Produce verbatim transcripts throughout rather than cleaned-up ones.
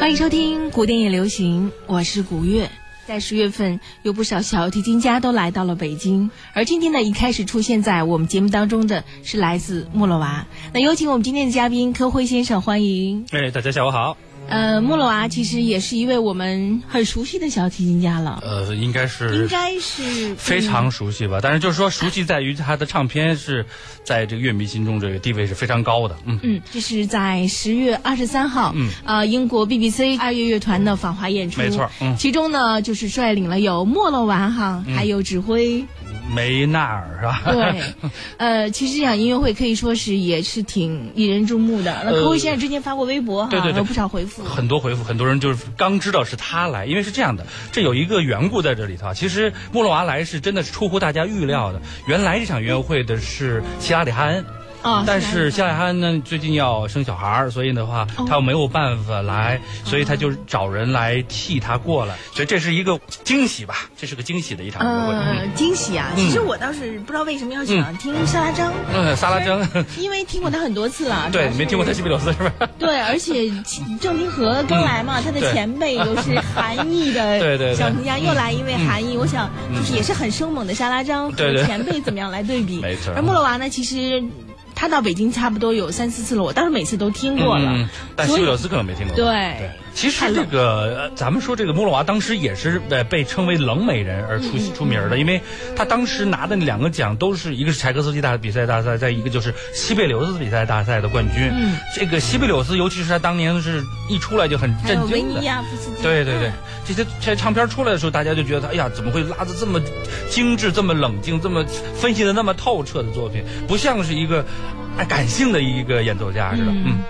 欢迎收听古典也流行，我是古月。在十月份，有不少小提琴家都来到了北京，而今天呢，一开始出现在我们节目当中的是来自莫洛娃。那有请我们今天的嘉宾柯辉先生，欢迎。 哎，大家下午好。 呃，莫洛娃其实也是一位我们很熟悉的小提琴家了。 呃，应该是应该是非常熟悉吧，嗯、但是就是说熟悉在于他的唱片是在这个乐迷心中这个地位是非常高的。嗯嗯，这是在十月二十三号，嗯，呃，英国 B B C 爱乐乐团的访华演出， 没错，嗯， 其中呢就是率领了有莫洛娃哈，嗯、还有指挥。 梅纳尔是吧？ 对，呃，其实这场音乐会可以说是也是挺引人注目的。那柯辉先生之前发过微博哈， 对对对， 有不少回复， 很多回复，很多人就是刚知道是他来，因为是这样的，这有一个缘故在这里头。其实莫洛娃来是真的是出乎大家预料的。原来这场音乐会的是希拉里哈恩。 哦、 但是希拉里哈恩呢最近要生小孩，所以的话、哦、他又没有办法来，所以他就找人来替他过来，所以这是一个惊喜吧，这是个惊喜的一场音乐会。 呃，嗯、惊喜啊！其实我倒是不知道为什么要想听沙拉张。 嗯，沙拉张， 因为听过他很多次了。 对，没听过他西比柳斯是吧？ 对，而且郑庭和刚来嘛，嗯、他的前辈都是韩裔的对对小提琴家，又来一位韩裔，嗯、我想就是也是很生猛的沙拉张和前辈怎么样来对比？ 没错。 而莫洛娃呢，其实。他到北京差不多有三四次了，我倒是每次都听过了， 嗯、但西比柳斯可能没听过。 对， 对其实这个、呃、咱们说这个莫洛娃当时也是呃被称为冷美人而出、嗯、出名的，因为他当时拿的那两个奖都是一个是柴可夫斯基大比赛大赛，再一个就是西贝柳斯比赛大赛的冠军。嗯，这个西贝柳斯尤其是他当年是一出来就很震惊的。 维尼亚夫斯基。 对对对，这些这唱片出来的时候，大家就觉得哎呀，怎么会拉得这么精致、这么冷静、这么分析的那么透彻的作品，不像是一个。哎，感性的一个演奏家似的，嗯。嗯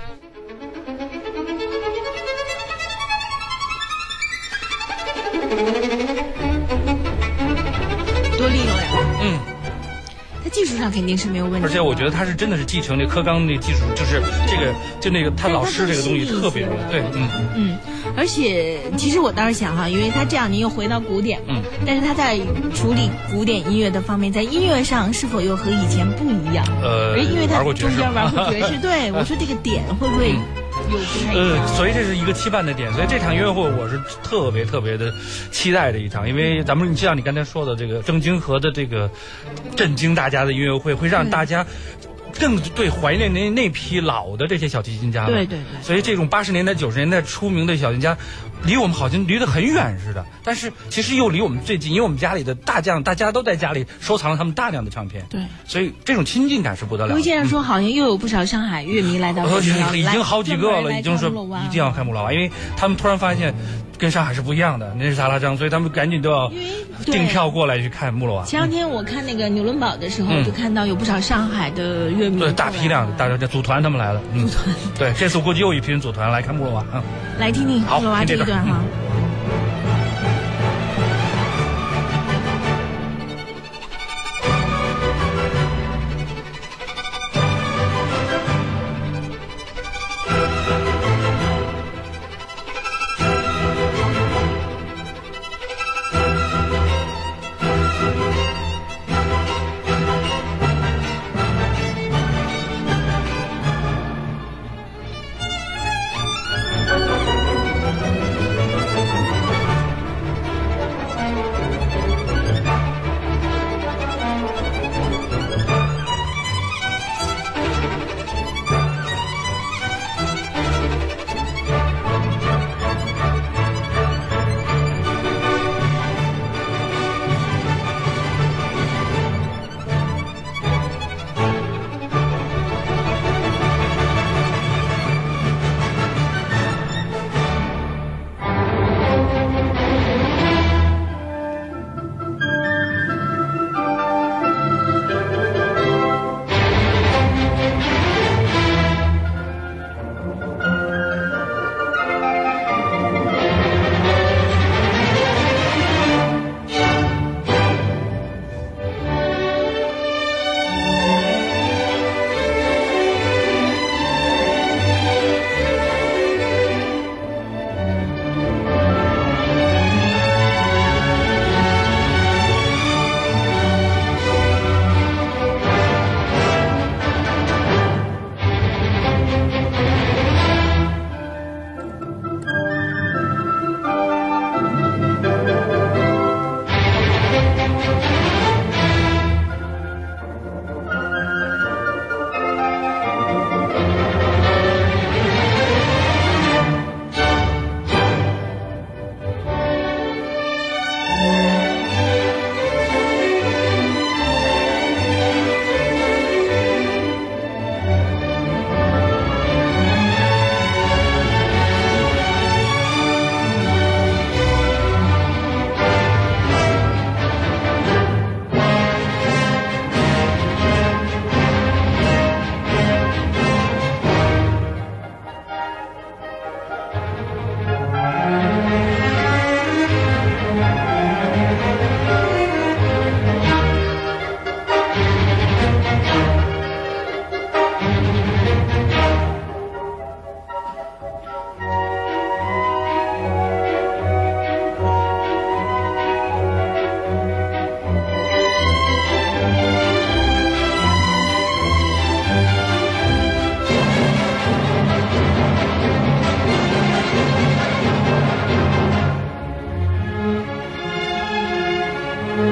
多利落呀！ 嗯， 他技术上肯定是没有问题。 而且我觉得他是真的是继承这柯刚那技术，就是这个就那个他老师这个东西特别对，嗯嗯。而且其实我倒是想哈，因为他这两年又回到古典，嗯，但是他在处理古典音乐的方面，在音乐上是否又和以前不一样？ 呃， 而因为他中间玩过爵士，对我说这个点会不会？有不太一样？ 呃，所以这是一个期盼的点，所以这场音乐会我是特别特别的期待的一场，因为咱们就像你刚才说的这个郑经和的这个震惊大家的音乐会，会让大家。更对怀念那那批老的这些小提琴家了， 对对对， 所以这种八十年代九十年代出名的小提琴家，离我们好像离得很远似的，但是其实又离我们最近，因为我们家里的大将大家都在家里收藏了他们大量的唱片， 对， 所以这种亲近感是不得了的。 魏先生说，好像又有不少上海乐迷来到北京， 已经好几个了，已经说一定要看莫洛娃，因为他们突然发现跟上海是不一样的，那是沙拉张，所以他们赶紧都要订票过来去看莫洛娃。 前两天我看那个纽伦堡的时候，嗯、就看到有不少上海的乐迷， 对，大批量的大家组团他们来了， 嗯，组团， 对，这次估计又一批人组团来看莫洛娃啊， 来听听莫洛娃这一段哈。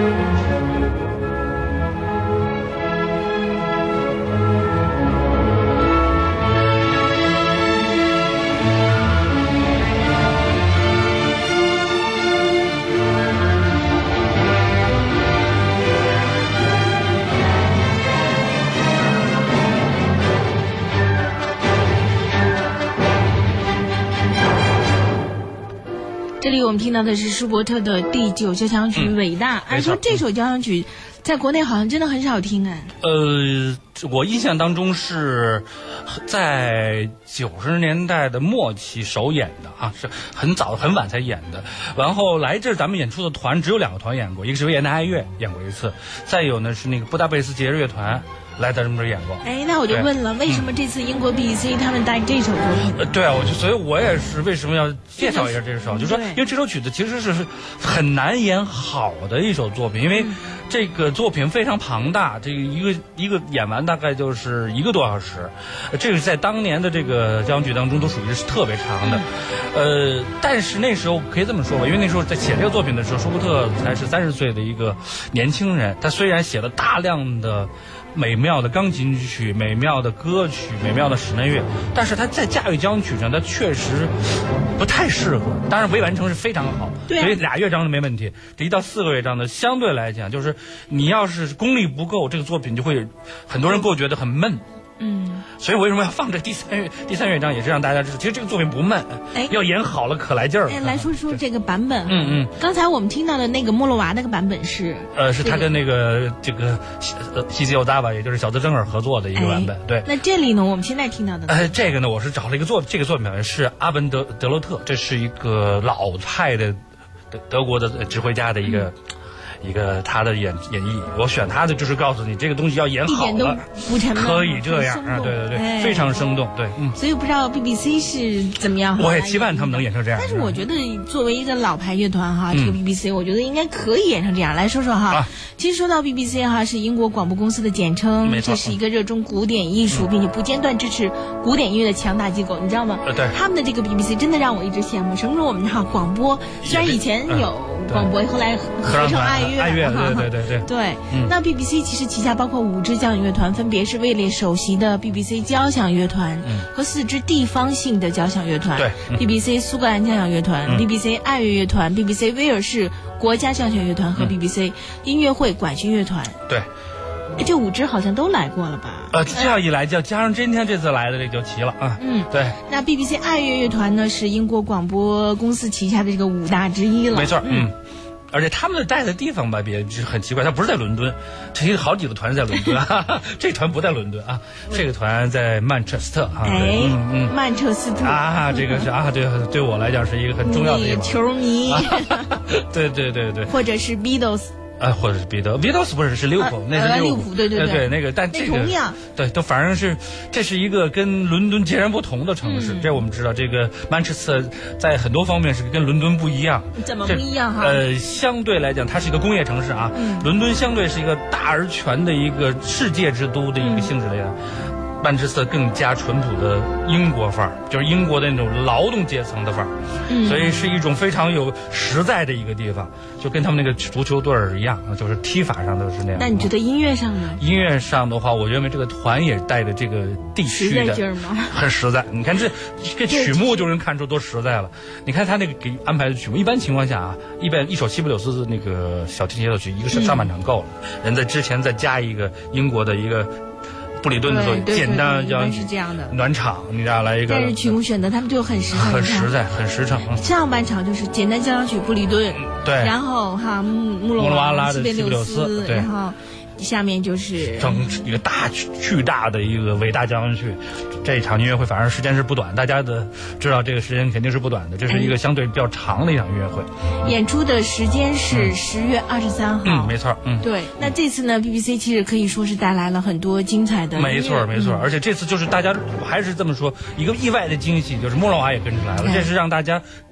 这里我们听到的是舒伯特的第九交响曲《伟大》。按说这首交响曲在国内好像真的很少听哎。 呃，我印象当中是在九十年代的末期首演的啊，是很早很晚才演的。然后来这咱们演出的团只有两个团演过，一个是维也纳爱乐演过一次，再有呢是那个布达佩斯节日乐团。来咱们这儿演过。 哎，那我就问了，为什么这次英国 B B C 他们带这首作品？ 呃，对啊，我就所以我也是为什么要介绍一下这首，就是说，因为这首曲子其实是很难演好的一首作品，因为这个作品非常庞大，这个一个一个演完大概就是一个多小时，这个在当年的这个交响曲当中都属于是特别长的。呃，但是那时候可以这么说吧，因为那时候在写这个作品的时候，舒伯特才是三十岁的一个年轻人，他虽然写了大量的美妙的钢琴曲、美妙的歌曲、美妙的室内乐，但是他在驾驭交响曲上，他确实不太适合。当然，未完成是非常好， 对啊， 所以俩乐章的没问题。这一到四个乐章的，相对来讲，就是你要是功力不够，这个作品就会很多人会觉得很闷。 嗯， 所以为什么要放这第三乐第三乐章，也是让大家知道，其实这个作品不闷， 哎， 要演好了可来劲儿了。 哎，来说说这个版本。 嗯嗯， 刚才我们听到的那个莫洛娃那个版本是， 呃，是他跟那个这个呃西西奥达吧，也就是小泽征尔合作的一个版本。对， 那这里呢，我们现在听到的， 呃，这个呢，我是找了一个作这个作品是阿本德德罗特，这是一个老派的德德国的指挥家的一个。嗯一个他的演演绎，我选他的就是告诉你这个东西要演好了， 不沉闷， 可以这样啊，对对对，哎、非常生动，对，嗯。 所以不知道 B B C 是怎么样， 我也期盼他们能演成这样。 但是我觉得作为一个老牌乐团哈，嗯、这个 B B C 我觉得应该可以演成这样。来说说哈，啊、其实说到 B B C 哈，是英国广播公司的简称， 没错， 这是一个热衷古典艺术、嗯、并且不间断支持古典音乐的强大机构，你知道吗？ 呃，对， 他们的这个 B B C 真的让我一直羡慕。什么时候我们哈广播，虽然以前有广播，后来合成爱乐， 爱乐，对对对。对对对、嗯，那 B B C 其实旗下包括五支交响乐团，分别是位列首席的 B B C 交响乐团、嗯、和四支地方性的交响乐团。 对、嗯、 ，B B C 苏格兰交响乐团、嗯、B B C 爱乐乐团、B B C 威尔士国家交响乐团和 B B C 音乐会管弦乐团。 对。 这五支好像都来过了吧？ 呃，这样一来，就加上今天这次来的这就齐了啊。 嗯， 对。 那 B B C 爱乐乐团呢，是英国广播公司旗下的这个五大之一了。 没错，嗯。嗯而且他们的待的地方吧，也是很奇怪，他不是在伦敦，这个好几个团在伦敦，哈哈这团不在伦敦啊，这个团在曼彻斯特啊， 哎，嗯嗯，曼彻斯特啊，这个是啊，对，对我来讲是一个很重要的地方， 球迷， 对对对对， 或者是 Beatles。 啊，或者是彼得，彼得斯不是是利物浦，那是利物浦， 对对对对那个，但这个同样， 对，都反正是这是一个跟伦敦截然不同的城市，嗯、这我们知道，这个曼彻斯特在很多方面是跟伦敦不一样。 怎么不一样哈？ 呃，相对来讲，它是一个工业城市啊，嗯、伦敦相对是一个大而全的一个世界之都的一个性质的呀。嗯曼彻斯特更加淳朴的英国范儿，就是英国的那种劳动阶层的范儿，嗯、所以是一种非常有实在的一个地方，就跟他们那个足球队儿一样，就是踢法上都是那样。 那你觉得音乐上呢？ 音乐上的话，我认为这个团也带着这个地区的劲儿吗？ 很实在。你看这这曲目就能看出多实在了。你看他那个给安排的曲目，一般情况下啊，一般一首西普柳斯的那个小提琴协奏曲，一个是上半场够了，嗯、人在之前再加一个英国的一个。布里顿的简单交响曲是这样的暖场，你这样来一个， 但是曲目选的他们就很实在， 很实在，很实诚。 上半场就是简单交响曲布里顿， 嗯、对， 然后哈穆洛瓦拉的西贝柳斯， 然后下面就是整一个大巨大的一个伟大交响曲。这一场音乐会反正时间是不短，大家的知道这个时间肯定是不短的，这是一个相对比较长的一场音乐会。 演出的时间是十月二十三号。 嗯，没错，嗯， 对。那这次呢 ，B B C 其实可以说是带来了很多精彩的。 没错，没错。嗯、而且这次就是大家还是这么说，一个意外的惊喜，就是莫洛娃也跟出来了，这是让大家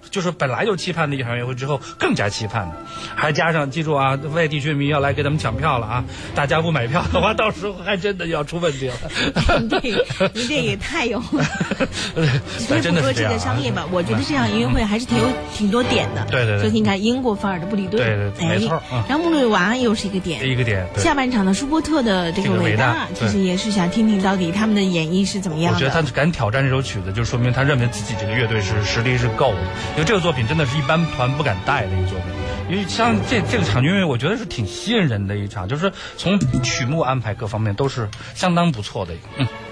就是本来就期盼的一场音乐会之后更加期盼的，还加上记住啊，外地居民要来给他们抢票了啊！大家不买票的话，到时候还真的要出问题了。 您这您这也太有，所以真的是这样、啊。 不说这个商业吧，我觉得这场音乐会还是挺有、嗯、挺多点的。 对对对。 所以你看，英国范儿的布里顿， 对对，没错。 哎、然后穆洛娃又是一个点， 一个点。 下半场的舒伯特的这个伟大，其实也是想听听到底他们的演绎是怎么样的。 我觉得他敢挑战这首曲子，就说明他认为自己这个乐队是实力是够的。因为这个作品真的是一般团不敢带的一个作品。因为像这这个场音乐，我觉得是挺吸引人的一场，就是从曲目安排各方面都是相当不错的。嗯。